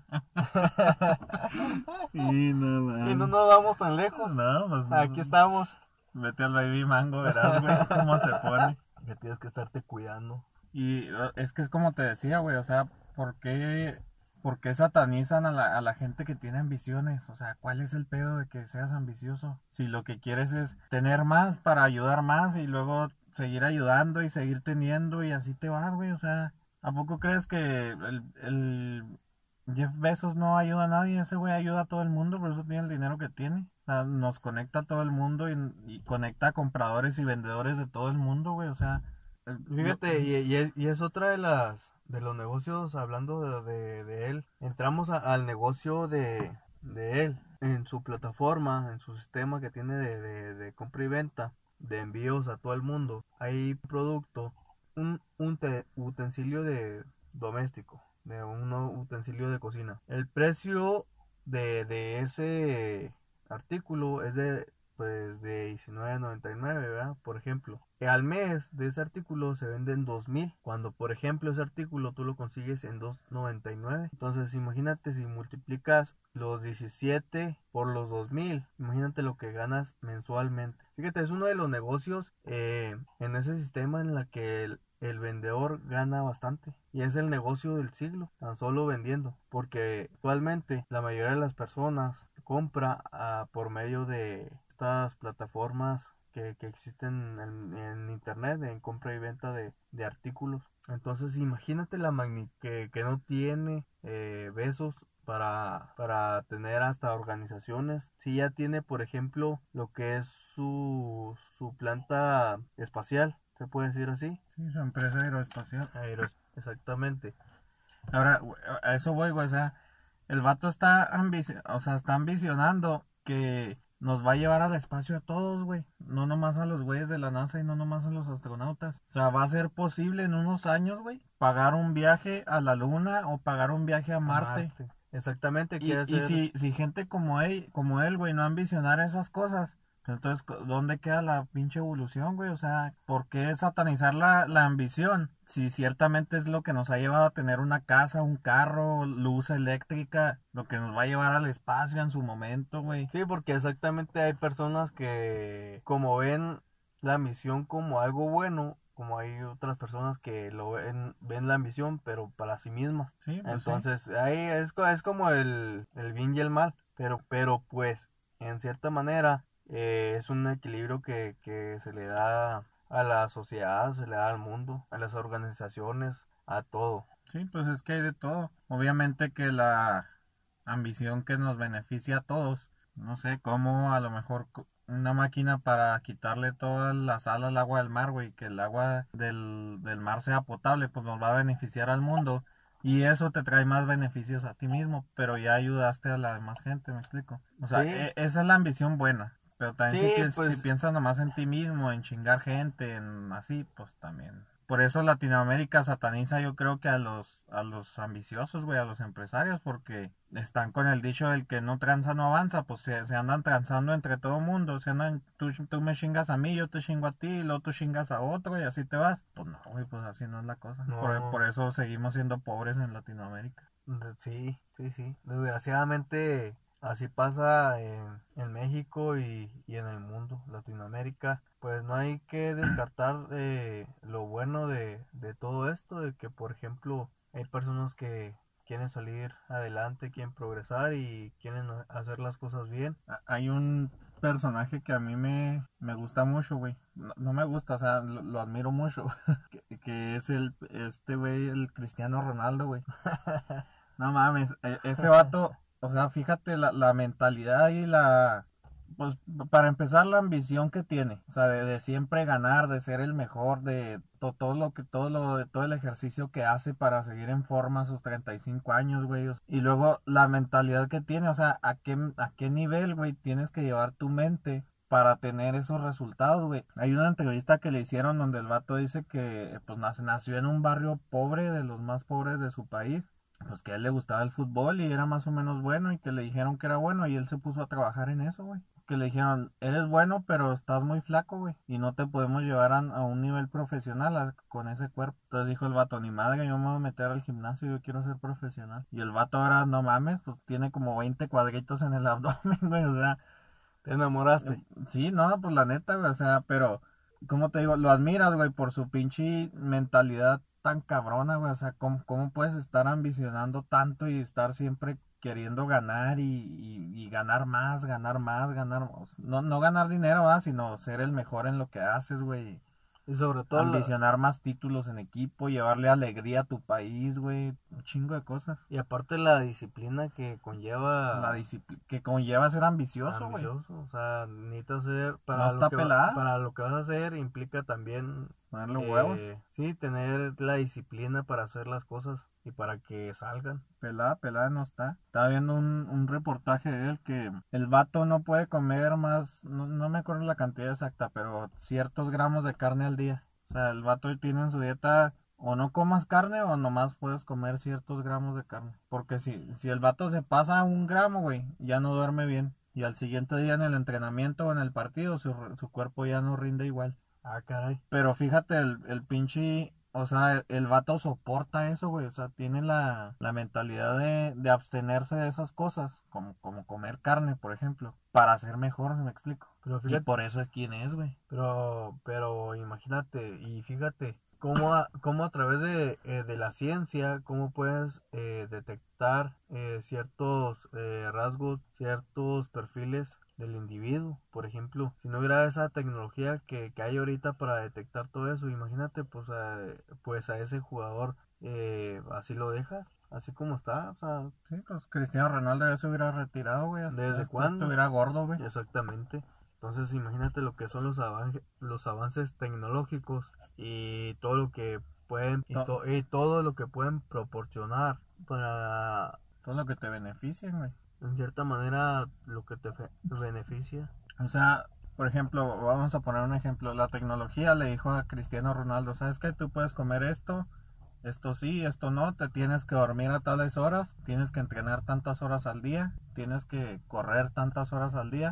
Y no, Y no man. nos vamos tan lejos. No, pues Aquí estamos. vete al Baby Mango, verás, güey, cómo se pone. Que tienes que estarte cuidando. Y eh, es que es como te decía, güey, o sea, ¿por qué, por qué satanizan a la, a la gente que tiene ambiciones? O sea, ¿cuál es el pedo de que seas ambicioso? Si lo que quieres es tener más para ayudar más y luego seguir ayudando y seguir teniendo y así te vas, güey, o sea, ¿a poco crees que el, el Jeff Bezos no ayuda a nadie? Ese güey ayuda a todo el mundo, por eso tiene el dinero que tiene. O sea, nos conecta a todo el mundo y, y conecta a compradores y vendedores de todo el mundo, güey, o sea... Fíjate, y, y es, y es otra de las de los negocios, hablando de, de, de él. Entramos a- al negocio de, de él, en su plataforma, en su sistema que tiene de, de, de compra y venta, de envíos a todo el mundo. Hay producto, un, un te- utensilio de doméstico, de un utensilio de cocina. El precio de, de ese artículo es de pues de diecinueve noventa y nueve, ¿verdad? Por ejemplo, que al mes de ese artículo se venden dos mil, cuando por ejemplo ese artículo tú lo consigues en dos noventa y nueve. Entonces imagínate si multiplicas los diecisiete por los dos mil, imagínate lo que ganas mensualmente. Fíjate, es uno de los negocios eh, en ese sistema en la que el, el vendedor gana bastante y es el negocio del siglo, tan solo vendiendo, porque actualmente la mayoría de las personas compra uh, por medio de estas plataformas que, que existen en, en internet, en compra y venta de, de artículos. Entonces imagínate la magnitud que, que no tiene eh, Besos para, para tener hasta organizaciones. Si ya tiene, por ejemplo, lo que es su, su planta espacial, se puede decir así. Sí, su empresa aeroespacial. Aeros, exactamente. Ahora, a eso voy, güey, o sea, el vato está ambici o sea, está ambicionando que nos va a llevar al espacio a todos, güey. No nomás a los güeyes de la NASA y no nomás a los astronautas. O sea, va a ser posible en unos años, güey, pagar un viaje a la Luna o pagar un viaje a Marte. Marte. Exactamente, Y, quiere y ser. si, si gente como él, como él, güey, no ambicionara esas cosas, pues entonces, ¿dónde queda la pinche evolución, güey? O sea, ¿por qué satanizar la, la ambición? Si ciertamente es lo que nos ha llevado a tener una casa, un carro, luz eléctrica, lo que nos va a llevar al espacio en su momento, güey. Sí, porque exactamente hay personas que como ven la ambición como algo bueno, como hay otras personas que lo ven, ven la ambición, pero para sí mismas. Sí, pues sí. Entonces, ahí es, co- es como el, el bien y el mal, pero, pero pues, en cierta manera, eh, es un equilibrio que, que se le da a la sociedad, se le da al mundo, a las organizaciones, a todo. Sí, pues es que hay de todo. Obviamente que la ambición que nos beneficia a todos. No sé, cómo a lo mejor co- una máquina para quitarle toda la sal al agua del mar, güey, que el agua del, del mar sea potable, pues nos va a beneficiar al mundo. Y eso te trae más beneficios a ti mismo, pero ya ayudaste a la demás gente, me explico. O sea, Sí, e- esa es la ambición buena. Pero también si, sí, piens- si pues piensas nomás en ti mismo, en chingar gente, en así, pues también. Por eso Latinoamérica sataniza, yo creo que a los, a los ambiciosos, güey, a los empresarios, porque están con el dicho del que no tranza no avanza, pues se, se andan transando entre todo mundo, se andan, tú, tú me chingas a mí, yo te chingo a ti, y luego tú chingas a otro y así te vas. Pues no, güey, pues así no es la cosa. no, Por, no. por eso seguimos siendo pobres en Latinoamérica. De- Sí, sí, sí. Desgraciadamente así pasa en, en México y, y en el mundo, Latinoamérica. Pues no hay que descartar eh, lo bueno de, de todo esto, de que por ejemplo hay personas que quieren salir adelante, quieren progresar y quieren ha- hacer las cosas bien. A- Hay un personaje que a mí me, me gusta mucho, güey. No, no me gusta, o sea, lo, lo admiro mucho. que, que es el, este güey, el Cristiano Ronaldo, güey. No mames, e- ese vato, o sea, fíjate la, la mentalidad y la, pues para empezar la ambición que tiene, o sea, de, de siempre ganar, de ser el mejor, de to- todo lo que, todo lo, de todo el ejercicio que hace para seguir en forma a sus treinta y cinco años, güey. Y luego la mentalidad que tiene, o sea, a qué, a qué nivel, güey, tienes que llevar tu mente para tener esos resultados, güey. Hay una entrevista que le hicieron donde el vato dice que pues nace- nació en un barrio pobre, de los más pobres de su país, pues que a él le gustaba el fútbol y era más o menos bueno y que le dijeron que era bueno y él se puso a trabajar en eso, güey. Que le dijeron, eres bueno, pero estás muy flaco, güey, y no te podemos llevar a, a un nivel profesional a- con ese cuerpo. Entonces dijo el vato, ni madre, yo me voy a meter al gimnasio, yo quiero ser profesional. Y el vato ahora, no mames, pues tiene como veinte cuadritos en el abdomen, güey, o sea, ¿Te enamoraste? sí, no, pues la neta, güey, o sea, pero, ¿cómo te digo? Lo admiras, güey, por su pinche mentalidad tan cabrona, güey, o sea, ¿cómo, cómo puedes estar ambicionando tanto y estar siempre queriendo ganar y, y- y ganar más, ganar más, ganar, no, no ganar dinero, ¿ah? Sino ser el mejor en lo que haces, güey, Y sobre todo la- ambicionar más títulos en equipo, llevarle alegría a tu país, güey, un chingo de cosas. y aparte la disciplina que La conlleva disciplina que conlleva ser ambicioso, güey. ambicioso, o sea, necesitas ser No para lo está que va- pelada, para lo que vas a hacer implica también ponerle huevos. eh, sí, tener la disciplina para hacer las cosas y para que salgan. Pelada, pelada no está. Estaba viendo un, un reportaje de él que el vato no puede comer más, no, no me acuerdo la cantidad exacta, pero ciertos gramos de carne al día. O sea, el vato tiene en su dieta o no comas carne o nomás puedes comer ciertos gramos de carne. Porque si, si el vato se pasa un gramo, güey, ya no duerme bien. Y al siguiente día en el entrenamiento o en el partido, su, su cuerpo ya no rinde igual. Ah, caray. Pero fíjate, el, el pinche, o sea, el, el vato soporta eso, güey. O sea, tiene la, la mentalidad de, de abstenerse de esas cosas, como, como comer carne, por ejemplo, para ser mejor, ¿me explico? Pero Y fíjate, por eso es quien es, güey. pero pero imagínate y fíjate cómo a, cómo a través de, eh, de la ciencia, cómo puedes eh, detectar eh, ciertos eh, rasgos, ciertos perfiles del individuo. Por ejemplo, si no hubiera esa tecnología que, que hay ahorita para detectar todo eso, imagínate pues a, pues a ese jugador eh, así lo dejas, así como está, o sea, Sí, pues Cristiano Ronaldo ya se hubiera retirado, güey. ¿desde Hasta cuándo? estuviera gordo, güey. Exactamente. Entonces imagínate lo que son los avances, los avances tecnológicos y todo lo que pueden y, To- to- y todo lo que pueden proporcionar para todo lo que te beneficia, güey. en cierta manera lo que te fe- beneficia. O sea, por ejemplo, vamos a poner un ejemplo. La tecnología le dijo a Cristiano Ronaldo, ¿sabes qué? Tú puedes comer esto, esto sí, esto no, te tienes que dormir a tales horas, tienes que entrenar tantas horas al día, tienes que correr tantas horas al día.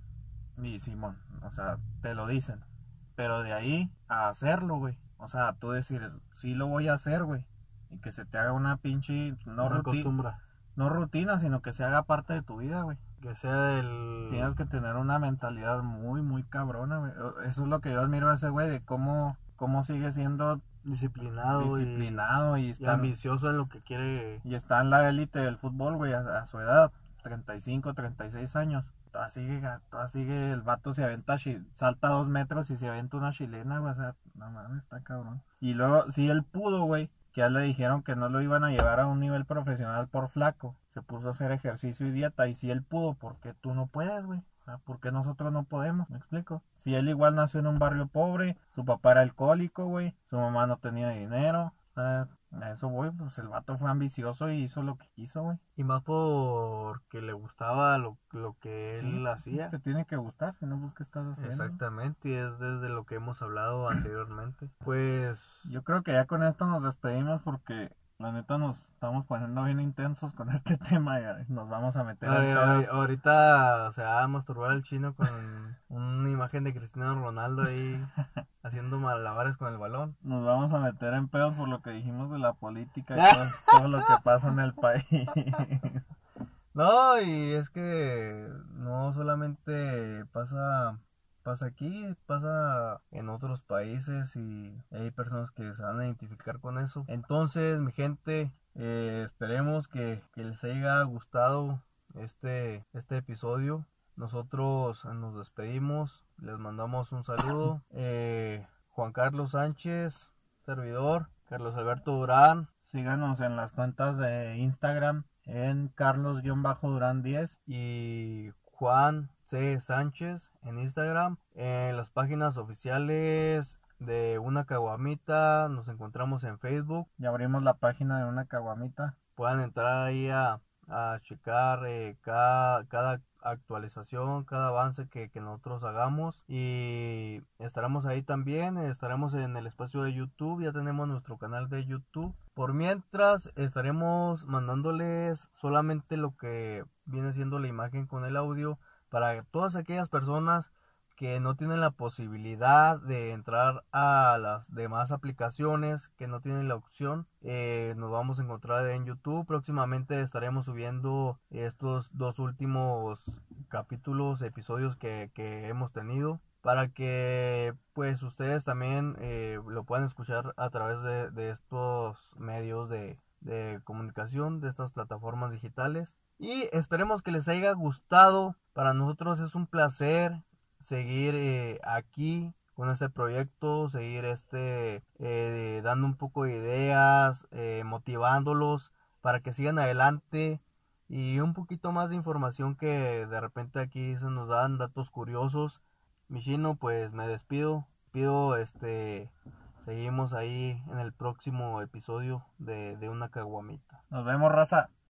Y Simón, o sea, te lo dicen. Pero de ahí a hacerlo, güey. O sea, tú decir, sí lo voy a hacer, güey. Y que se te haga una pinche, no, Una ruti costumbre no rutina, sino que se haga parte de tu vida, güey. que sea del Tienes que tener una mentalidad muy, muy cabrona, güey. Eso es lo que yo admiro a ese güey, de cómo, cómo sigue siendo disciplinado, disciplinado y, y, y está, ambicioso en lo que quiere. y está en la élite del fútbol, güey, a, a su edad, treinta y cinco, treinta y seis años. Todavía sigue, todavía sigue, el vato se avienta, chi- salta dos metros y se avienta una chilena, güey. O sea, no mames, está cabrón. Y luego, si él pudo, güey, que ya le dijeron que no lo iban a llevar a un nivel profesional por flaco. Se puso a hacer ejercicio y dieta. Y si él pudo, ¿por qué tú no puedes, güey? O sea, ¿por qué nosotros no podemos? ¿Me explico? Si él igual nació en un barrio pobre, su papá era alcohólico, güey, su mamá no tenía dinero. O sea, a eso, güey, pues el vato fue ambicioso y hizo lo que quiso, güey. Y más porque le gustaba lo, lo que él Sí, hacía. te tiene que gustar, si no, pues, ¿qué estás haciendo? Exactamente, y es desde lo que hemos hablado anteriormente. Pues Yo creo que ya con esto nos despedimos porque La neta nos estamos poniendo bien intensos con este tema y nos vamos a meter en Ahori- pedos. ahori- Ahorita se va a masturbar el chino con una imagen de Cristiano Ronaldo ahí haciendo malabares con el balón. Nos vamos a meter en pedos por lo que dijimos de la política y todo, todo lo que pasa en el país. No, y es que no solamente pasa, pasa aquí, pasa en otros países y hay personas que se van a identificar con eso. Entonces, mi gente, eh, esperemos que, que les haya gustado este, este episodio. Nosotros nos despedimos, les mandamos un saludo. Eh, Juan Carlos Sánchez, servidor, Carlos Alberto Durán. Síganos en las cuentas de Instagram en Carlos-Durán diez. Y Juan C. Sánchez en Instagram. En las páginas oficiales de Una Caguamita nos encontramos en Facebook. Ya abrimos la página de Una Caguamita. Puedan entrar ahí a, a checar eh, cada, cada actualización, cada avance que, que nosotros hagamos, y estaremos ahí también. Estaremos en el espacio de YouTube, ya tenemos nuestro canal de YouTube. Por mientras estaremos mandándoles solamente lo que viene siendo la imagen con el audio para todas aquellas personas que no tienen la posibilidad de entrar a las demás aplicaciones, que no tienen la opción. Eh, nos vamos a encontrar en YouTube. Próximamente estaremos subiendo estos dos últimos capítulos, episodios que, que hemos tenido, para que pues ustedes también eh, lo puedan escuchar a través de, de estos medios de, de comunicación, de estas plataformas digitales. Y esperemos que les haya gustado. Para nosotros es un placer seguir eh, aquí con este proyecto, seguir este eh, dando un poco de ideas, eh, motivándolos para que sigan adelante, y un poquito más de información que de repente aquí se nos dan datos curiosos. Michino, pues me despido, pido este seguimos ahí en el próximo episodio de, de Una Caguamita. Nos vemos, raza.